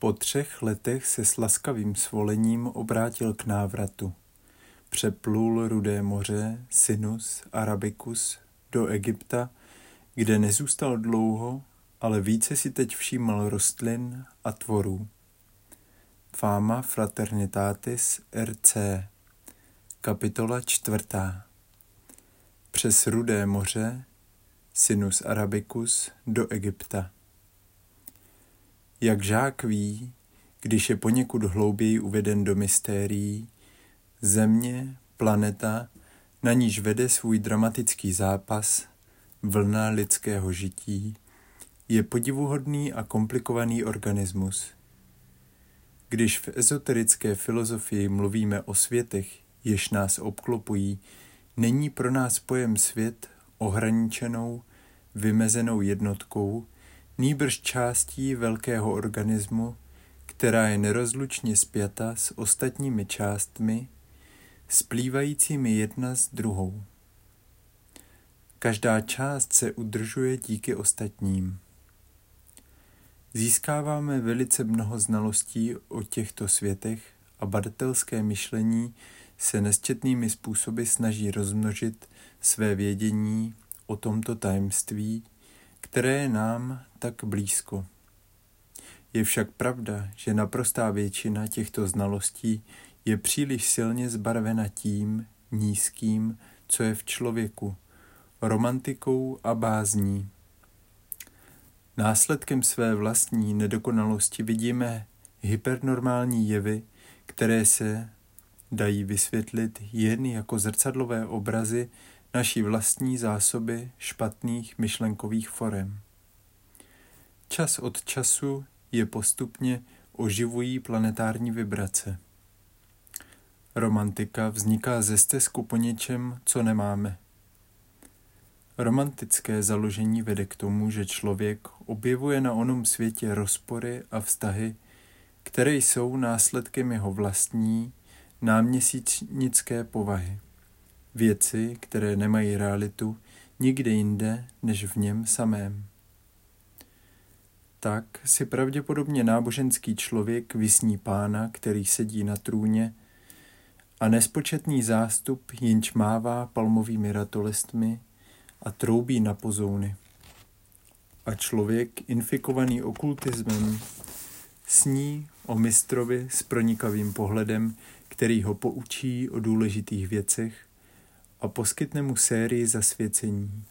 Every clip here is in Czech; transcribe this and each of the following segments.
Po 3 letech se s laskavým svolením obrátil k návratu. Přeplul Rudé moře, Sinus, Arabicus, do Egypta, kde nezůstal dlouho, ale více si teď všímal rostlin a tvorů. Fama Fraternitatis RC. Kapitola 4. Přes Rudé moře, Sinus Arabicus, do Egypta. Jak žák ví, když je poněkud hlouběji uveden do mystérií, Země, planeta, na níž vede svůj dramatický zápas, vlna lidského žití, je podivuhodný a komplikovaný organismus. Když v ezoterické filozofii mluvíme o světech, jež nás obklopují, není pro nás pojem svět ohraničenou, vymezenou jednotkou, nýbrž částí velkého organismu, která je nerozlučně spjata s ostatními částmi, splývajícími jedna s druhou. Každá část se udržuje díky ostatním. Získáváme velice mnoho znalostí o těchto světech a badatelské myšlení se nesčetnými způsoby snaží rozmnožit své vědění o tomto tajemství, které je nám tak blízko. Je však pravda, že naprostá většina těchto znalostí je příliš silně zbarvena tím nízkým, co je v člověku, romantikou a bázní. Následkem své vlastní nedokonalosti vidíme hypernormální jevy, které se dají vysvětlit jen jako zrcadlové obrazy naší vlastní zásoby špatných myšlenkových forem. Čas od času je postupně oživují planetární vibrace. Romantika vzniká ze stesku po něčem, co nemáme. Romantické založení vede k tomu, že člověk objevuje na onom světě rozpory a vztahy, které jsou následkem jeho vlastní, náměsíčnické povahy. Věci, které nemají realitu nikde jinde, než v něm samém. Tak si pravděpodobně náboženský člověk vysní Pána, který sedí na trůně, a nespočetný zástup jenž mává palmovými ratolestmi a troubí na pozouny. A člověk, infikovaný okultismem, sní o mistrovi s pronikavým pohledem, který ho poučí o důležitých věcech a poskytne mu sérii zasvěcení.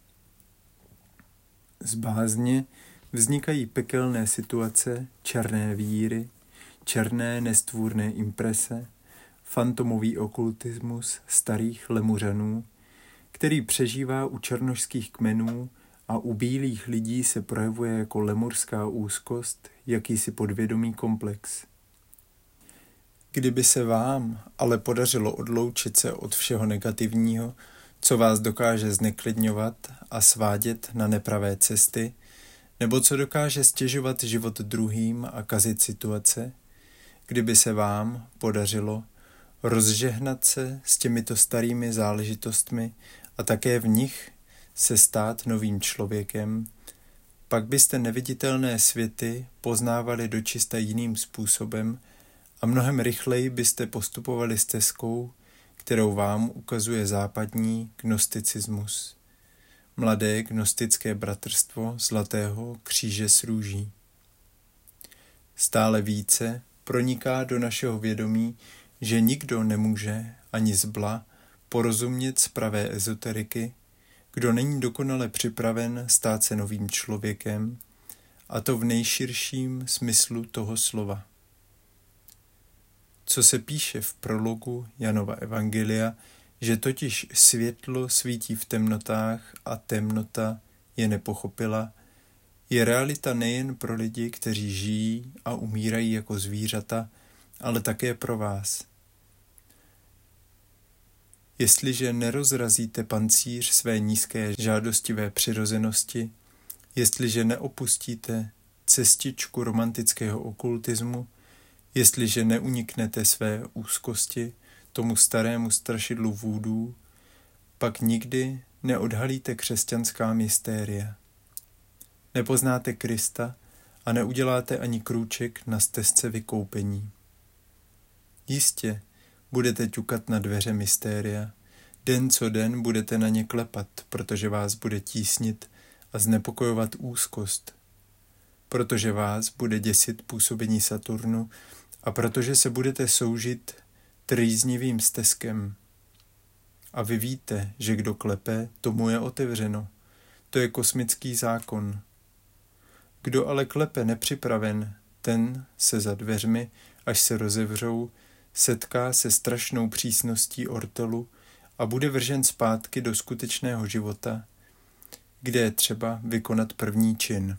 Z bázně vznikají pekelné situace, černé víry, černé nestvůrné imprese, fantomový okultismus starých Lemuřanů, který přežívá u černošských kmenů a u bílých lidí se projevuje jako lemurská úzkost, jakýsi podvědomý komplex. Kdyby se vám ale podařilo odloučit se od všeho negativního, co vás dokáže zneklidňovat a svádět na nepravé cesty, nebo co dokáže stěžovat život druhým a kazit situace, kdyby se vám podařilo rozžehnat se s těmito starými záležitostmi a také v nich se stát novým člověkem, pak byste neviditelné světy poznávali dočista jiným způsobem a mnohem rychleji byste postupovali stezkou, kterou vám ukazuje západní gnosticismus, mladé gnostické bratrstvo Zlatého kříže s růží. Stále více proniká do našeho vědomí, že nikdo nemůže ani zbla porozumět z pravé ezoteriky, kdo není dokonale připraven stát se novým člověkem, a to v nejširším smyslu toho slova. Co se píše v prologu Janova evangelia, že totiž světlo svítí v temnotách a temnota je nepochopila, je realita nejen pro lidi, kteří žijí a umírají jako zvířata, ale také pro vás. Jestliže nerozrazíte pancíř své nízké žádostivé přirozenosti, jestliže neopustíte cestičku romantického okultismu, jestliže neuniknete své úzkosti, tomu starému strašidlu vůdů, pak nikdy neodhalíte křesťanská mystéria. Nepoznáte Krista a neuděláte ani krůček na stezce vykoupení. Jistě budete ťukat na dveře mystéria, den co den budete na ně klepat, protože vás bude tísnit a znepokojovat úzkost, protože vás bude děsit působení Saturnu a protože se budete soužit trýznivým stezkem. A vy víte, že kdo klepe, tomu je otevřeno. To je kosmický zákon. Kdo ale klepe nepřipraven, ten se za dveřmi, až se rozevřou, setká se strašnou přísností ortelu a bude vržen zpátky do skutečného života, kde je třeba vykonat první čin.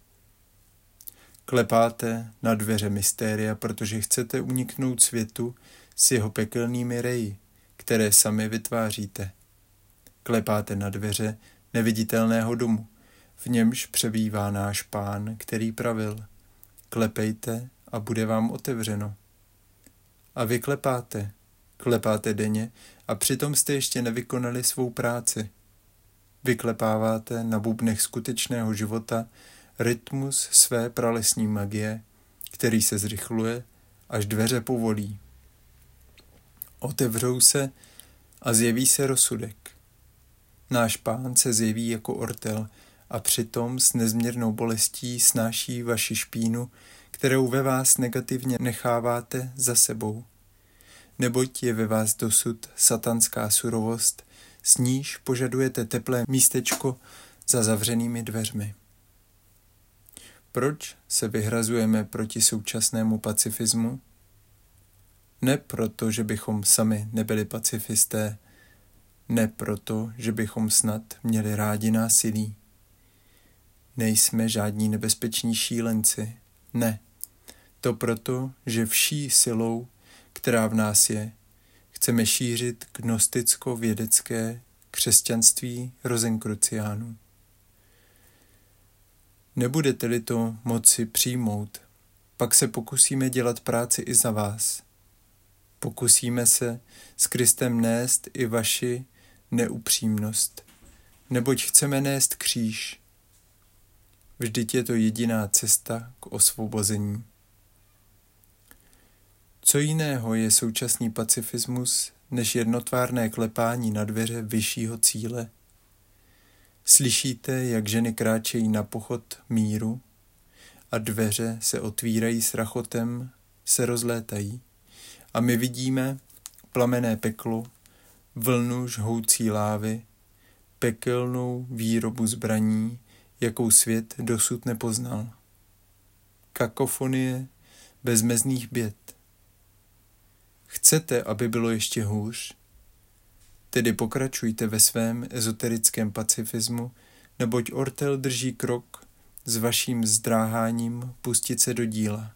Klepáte na dveře mystéria, protože chcete uniknout světu s jeho pekelnými reji, které sami vytváříte. Klepáte na dveře neviditelného domu, v němž přebývá náš Pán, který pravil: klepejte a bude vám otevřeno. A vy klepáte denně a přitom jste ještě nevykonali svou práci. Vyklepáváte na bubnech skutečného života rytmus své pralesní magie, který se zrychluje, až dveře povolí. Otevřou se a zjeví se rozsudek. Náš Pán se zjeví jako ortel a přitom s nezměrnou bolestí snáší vaši špínu, kterou ve vás negativně necháváte za sebou. Neboť je ve vás dosud satanská surovost, s níž požadujete teplé místečko za zavřenými dveřmi. Proč se vyhrazujeme proti současnému pacifismu? Ne proto, že bychom sami nebyli pacifisté, ne proto, že bychom snad měli rádi násilí. Nejsme žádní nebezpeční šílenci, ne. To proto, že vší silou, která v nás je, chceme šířit gnosticko-vědecké křesťanství Rozenkruciánů. Nebudete-li to moci přijmout, pak se pokusíme dělat práci i za vás. Pokusíme se s Kristem nést i vaši neupřímnost, neboť chceme nést kříž. Vždyť je to jediná cesta k osvobození. Co jiného je současný pacifismus než jednotvárné klepání na dveře vyššího cíle? Slyšíte, jak ženy kráčejí na pochod míru a dveře se otvírají s rachotem, se rozlétají a my vidíme plamenné peklo, vlnu žhoucí lávy, pekelnou výrobu zbraní, jakou svět dosud nepoznal. Kakofonie bezmezných běd. Chcete, aby bylo ještě hůř? Tedy pokračujte ve svém ezoterickém pacifismu, neboť ortel drží krok s vaším zdráháním pustit se do díla.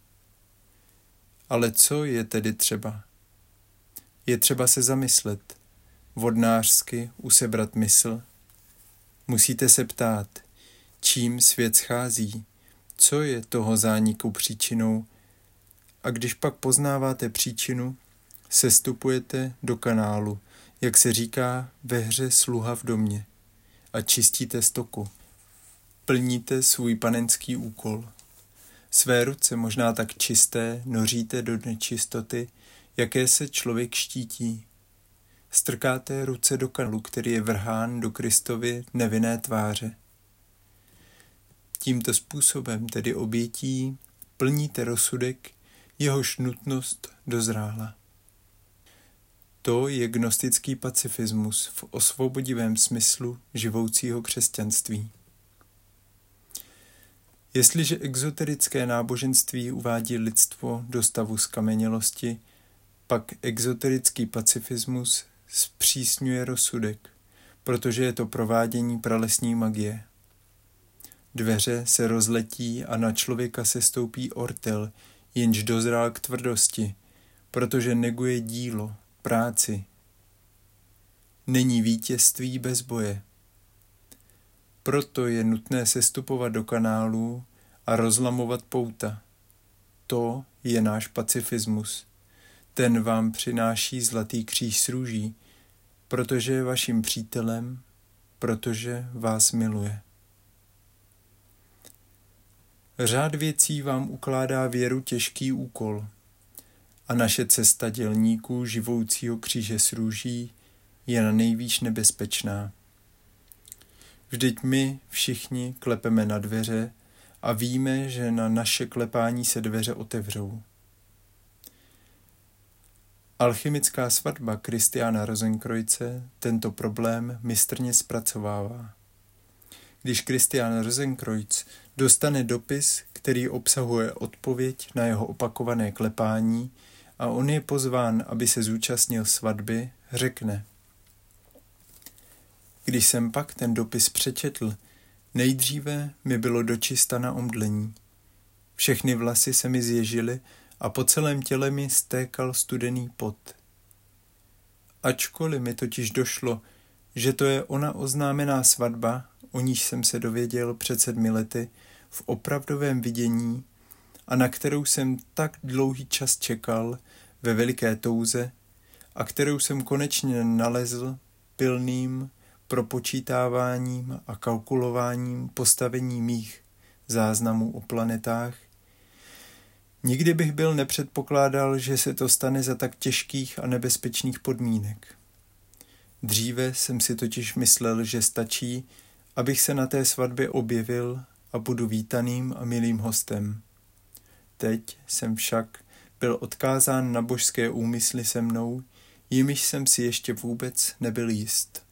Ale co je tedy třeba? Je třeba se zamyslet, vodnářsky usebrat mysl. Musíte se ptát, čím svět schází, co je toho zániku příčinou, a když pak poznáváte příčinu, sestupujete do kanálu, jak se říká ve hře Sluha v domě, a čistíte stoku. Plníte svůj panenský úkol. Své ruce možná tak čisté noříte do nečistoty, jaké se člověk štítí. Strkáte ruce do kanálu, který je vrhán do Kristovy nevinné tváře. Tímto způsobem, tedy obětí, plníte rozsudek, jehož nutnost dozrála. To je gnostický pacifismus v osvobodivém smyslu živoucího křesťanství. Jestliže exoterické náboženství uvádí lidstvo do stavu skamenělosti, pak exoterický pacifismus zpřísňuje rozsudek, protože je to provádění pralesní magie. Dveře se rozletí a na člověka se stoupí ortel, jenž dozrál k tvrdosti, protože neguje dílo, práci. Není vítězství bez boje. Proto je nutné sestupovat do kanálů a rozlamovat pouta. To je náš pacifismus. Ten vám přináší zlatý kříž s růží, protože je vaším přítelem, protože vás miluje. Řád věcí vám ukládá věru těžký úkol a naše cesta dělníků živoucího kříže s růží je na nejvýš nebezpečná. Vždyť my všichni klepeme na dveře a víme, že na naše klepání se dveře otevřou. Alchymická svatba Christiana Rosenkreuze tento problém mistrně zpracovává. Když Christian Rosenkreuz dostane dopis, který obsahuje odpověď na jeho opakované klepání a on je pozván, aby se zúčastnil svatby, řekne: Když jsem pak ten dopis přečetl, nejdříve mi bylo dočista na omdlení. Všechny vlasy se mi zježily a po celém těle mi stékal studený pot. Ačkoliv mi totiž došlo, že to je ona oznámená svatba, o níž jsem se dověděl před 7 lety v opravdovém vidění a na kterou jsem tak dlouhý čas čekal ve veliké touze a kterou jsem konečně nalezl pilným propočítáváním a kalkulováním postavení mých záznamů o planetách, nikdy bych byl nepředpokládal, že se to stane za tak těžkých a nebezpečných podmínek. Dříve jsem si totiž myslel, že stačí, abych se na té svatbě objevil a budu vítaným a milým hostem. Teď jsem však byl odkázán na božské úmysly se mnou, jimiž jsem si ještě vůbec nebyl jist.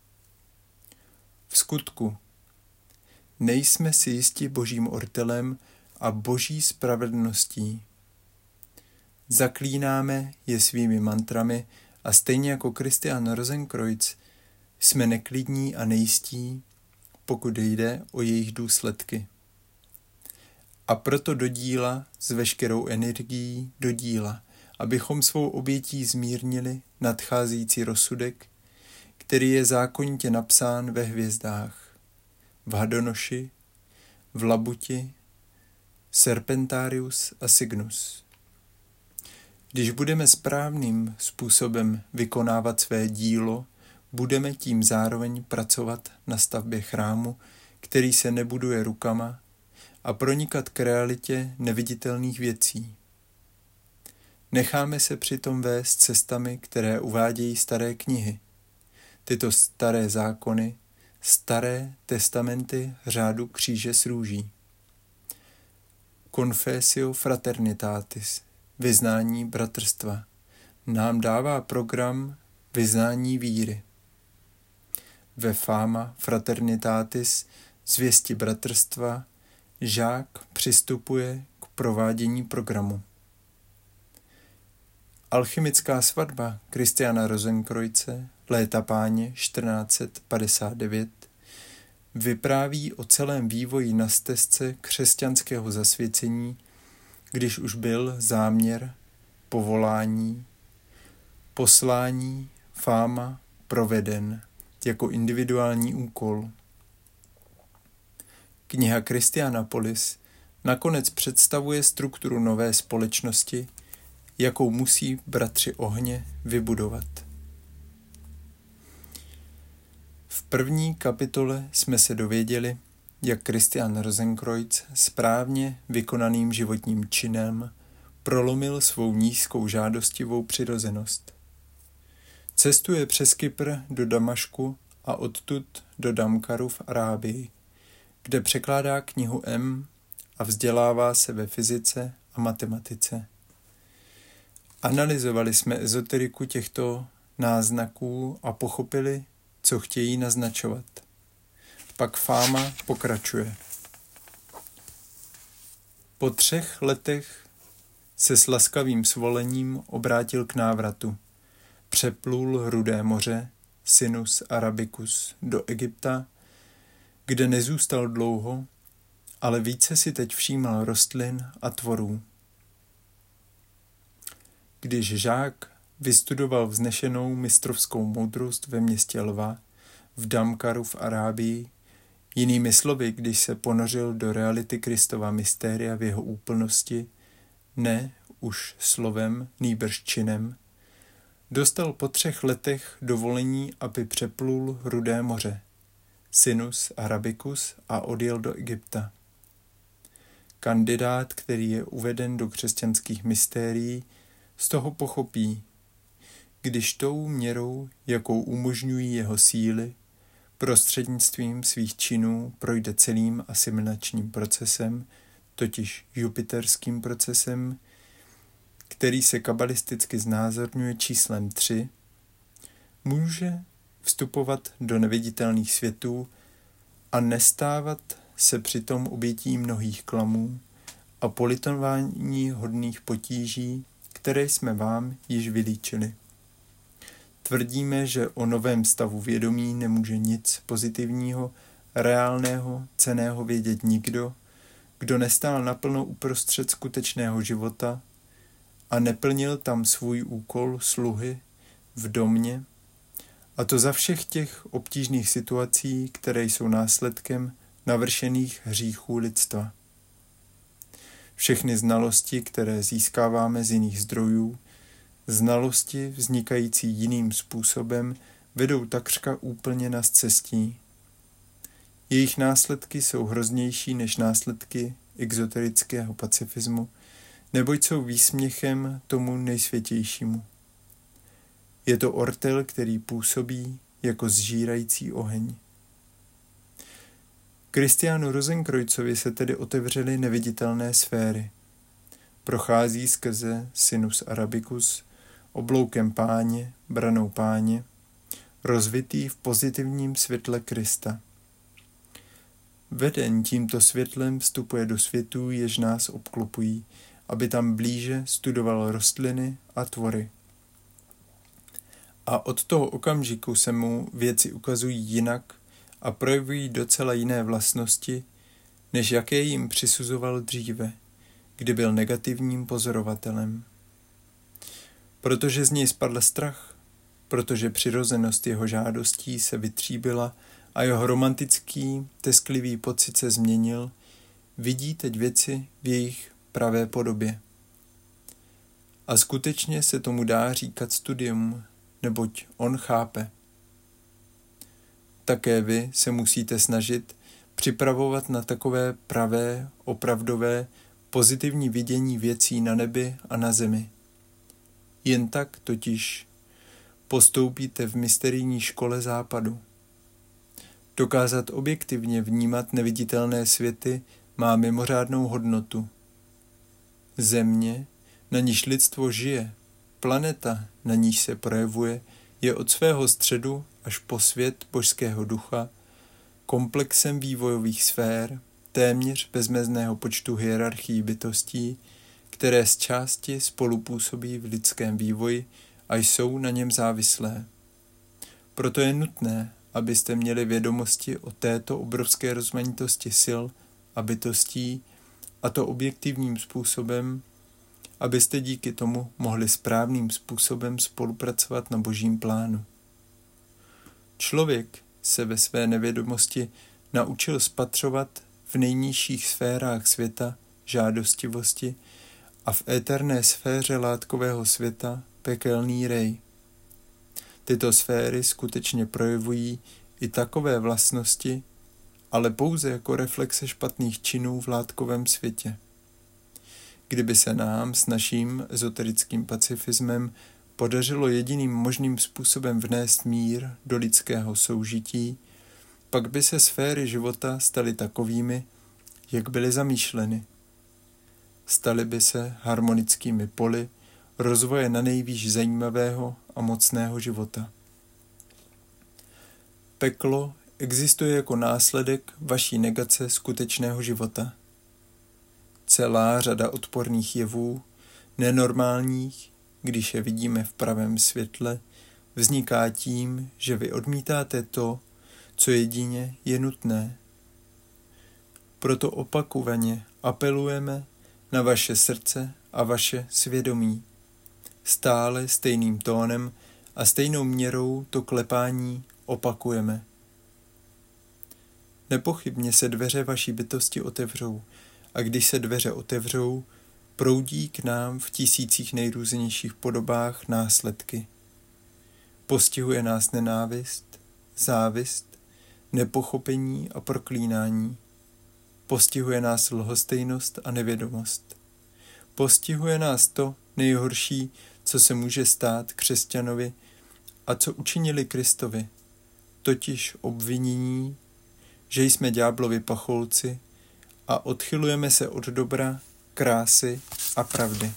V skutku, nejsme si jisti božím ortelem a boží spravedlností. Zaklínáme je svými mantrami a stejně jako Christian Rosenkreuz jsme neklidní a nejistí, pokud jde o jejich důsledky. A proto do díla s veškerou energií do díla, abychom svou obětí zmírnili nadcházející rozsudek, který je zákonitě napsán ve hvězdách, v Hadonoši, v Labuti, Serpentarius a Cygnus. Když budeme správným způsobem vykonávat své dílo, budeme tím zároveň pracovat na stavbě chrámu, který se nebuduje rukama, a pronikat k realitě neviditelných věcí. Necháme se přitom vést cestami, které uvádějí staré knihy. Tyto staré zákony, staré testamenty řádu kříže s růží. Confessio Fraternitatis, vyznání bratrstva, nám dává program vyznání víry. Ve Fama Fraternitatis, zvěsti bratrstva, žák přistupuje k provádění programu. Alchymická svatba Christiana Rosenkreuze, léta páně 1459, vypráví o celém vývoji na stezce křesťanského zasvěcení, když už byl záměr, povolání, poslání, fáma proveden jako individuální úkol. Kniha Christianapolis nakonec představuje strukturu nové společnosti, jakou musí bratři ohně vybudovat. V první kapitole jsme se dověděli, jak Christian Rosenkreuz správně vykonaným životním činem prolomil svou nízkou žádostivou přirozenost. Cestuje přes Kypr do Damašku a odtud do Damkaru v Arábii, kde překládá knihu M a vzdělává se ve fyzice a matematice. Analyzovali jsme ezoteriku těchto náznaků a pochopili, co chtějí naznačovat. Pak Fáma pokračuje. Po 3 letech se s laskavým svolením obrátil k návratu. Přeplul Rudé moře, Sinus Arabicus, do Egypta, kde nezůstal dlouho, ale více si teď všímal rostlin a tvorů. Když žák vystudoval vznešenou mistrovskou moudrost ve městě Lva, v Damkaru v Arábii, jinými slovy, když se ponořil do reality Kristova mystéria v jeho úplnosti, ne už slovem, nýbrž činem, dostal po 3 letech dovolení, aby přeplul Rudé moře, Sinus Arabicus, a odjel do Egypta. Kandidát, který je uveden do křesťanských mystérií, z toho pochopí, když tou měrou, jakou umožňují jeho síly, prostřednictvím svých činů projde celým asimilačním procesem, totiž jupiterským procesem, který se kabalisticky znázorňuje číslem 3, může vstupovat do neviditelných světů a nestávat se přitom obětí mnohých klamů a politování hodných potíží, které jsme vám již vylíčili. Tvrdíme, že o novém stavu vědomí nemůže nic pozitivního, reálného, cenného vědět nikdo, kdo nestál naplno uprostřed skutečného života a neplnil tam svůj úkol sluhy v domě, a to za všech těch obtížných situací, které jsou následkem navršených hříchů lidstva. Všechny znalosti, které získáváme z jiných zdrojů, znalosti vznikající jiným způsobem, vedou takřka úplně na scestí. Jejich následky jsou hroznější než následky exoterického pacifismu, neboť jsou výsměchem tomu nejsvětějšímu. Je to ortel, který působí jako zžírající oheň. Christianu Rosenkreuzovi se tedy otevřely neviditelné sféry. Prochází skrze sinus arabicus, obloukem Páně, branou Páně, rozvitý v pozitivním světle Krista. Veden tímto světlem vstupuje do světů, jež nás obklopují, aby tam blíže studoval rostliny a tvory. A od toho okamžiku se mu věci ukazují jinak a projevují docela jiné vlastnosti, než jaké jim přisuzoval dříve, kdy byl negativním pozorovatelem. Protože z něj spadl strach, protože přirozenost jeho žádostí se vytříbila a jeho romantický, tesklivý pocit se změnil, vidí teď věci v jejich pravé podobě. A skutečně se tomu dá říkat studium, neboť on chápe. Také vy se musíte snažit připravovat na takové pravé, opravdové, pozitivní vidění věcí na nebi a na zemi. Jen tak totiž postoupíte v mysterijní škole západu. Dokázat objektivně vnímat neviditelné světy má mimořádnou hodnotu. Země, na níž lidstvo žije, planeta, na níž se projevuje, je od svého středu až po svět božského ducha, komplexem vývojových sfér, téměř bezmezného počtu hierarchií bytostí, které z části spolupůsobí v lidském vývoji a jsou na něm závislé. Proto je nutné, abyste měli vědomosti o této obrovské rozmanitosti sil a bytostí, a to objektivním způsobem, abyste díky tomu mohli správným způsobem spolupracovat na božím plánu. Člověk se ve své nevědomosti naučil spatřovat v nejnižších sférách světa žádostivosti a v éterné sféře látkového světa pekelný rej. Tyto sféry skutečně projevují i takové vlastnosti, ale pouze jako reflexe špatných činů v látkovém světě. Kdyby se nám s naším ezoterickým pacifismem podařilo jediným možným způsobem vnést mír do lidského soužití, pak by se sféry života staly takovými, jak byly zamýšleny. Staly by se harmonickými poli rozvoje na nejvýš zajímavého a mocného života. Peklo existuje jako následek vaší negace skutečného života. Celá řada odporných jevů, nenormálních, když je vidíme v pravém světle, vzniká tím, že vy odmítáte to, co jedině je nutné. Proto opakovaně apelujeme na vaše srdce a vaše svědomí. Stále stejným tónem a stejnou měrou to klepání opakujeme. Nepochybně se dveře vaší bytosti otevřou, a když se dveře otevřou, proudí k nám v tisících nejrůznějších podobách následky. Postihuje nás nenávist, závist, nepochopení a proklínání. postihuje nás lhostejnost a nevědomost. Postihuje nás to nejhorší, co se může stát křesťanovi a co učinili Kristovi, totiž obvinění, že jsme ďáblovi pacholci a odchylujeme se od dobra, krásy a pravdy.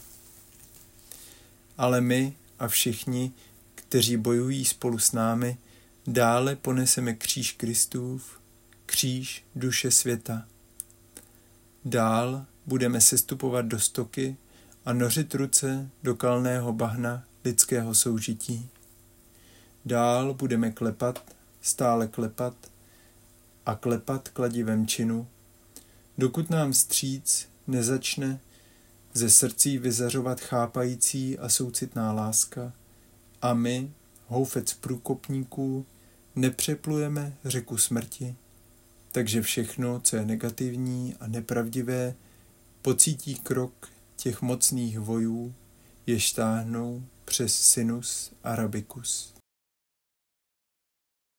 Ale my a všichni, kteří bojují spolu s námi, dále poneseme kříž Kristův, kříž duše světa. Dál budeme sestupovat do stoky a nořit ruce do kalného bahna lidského soužití. Dál budeme klepat, stále klepat a klepat kladivem činu, dokud nám vstříc nezačne ze srdcí vyzařovat chápající a soucitná láska a my, houfec průkopníků, nepřeplujeme řeku smrti, takže všechno, co je negativní a nepravdivé, pocítí krok těch mocných vojů, jež táhnou přes sinus arabicus.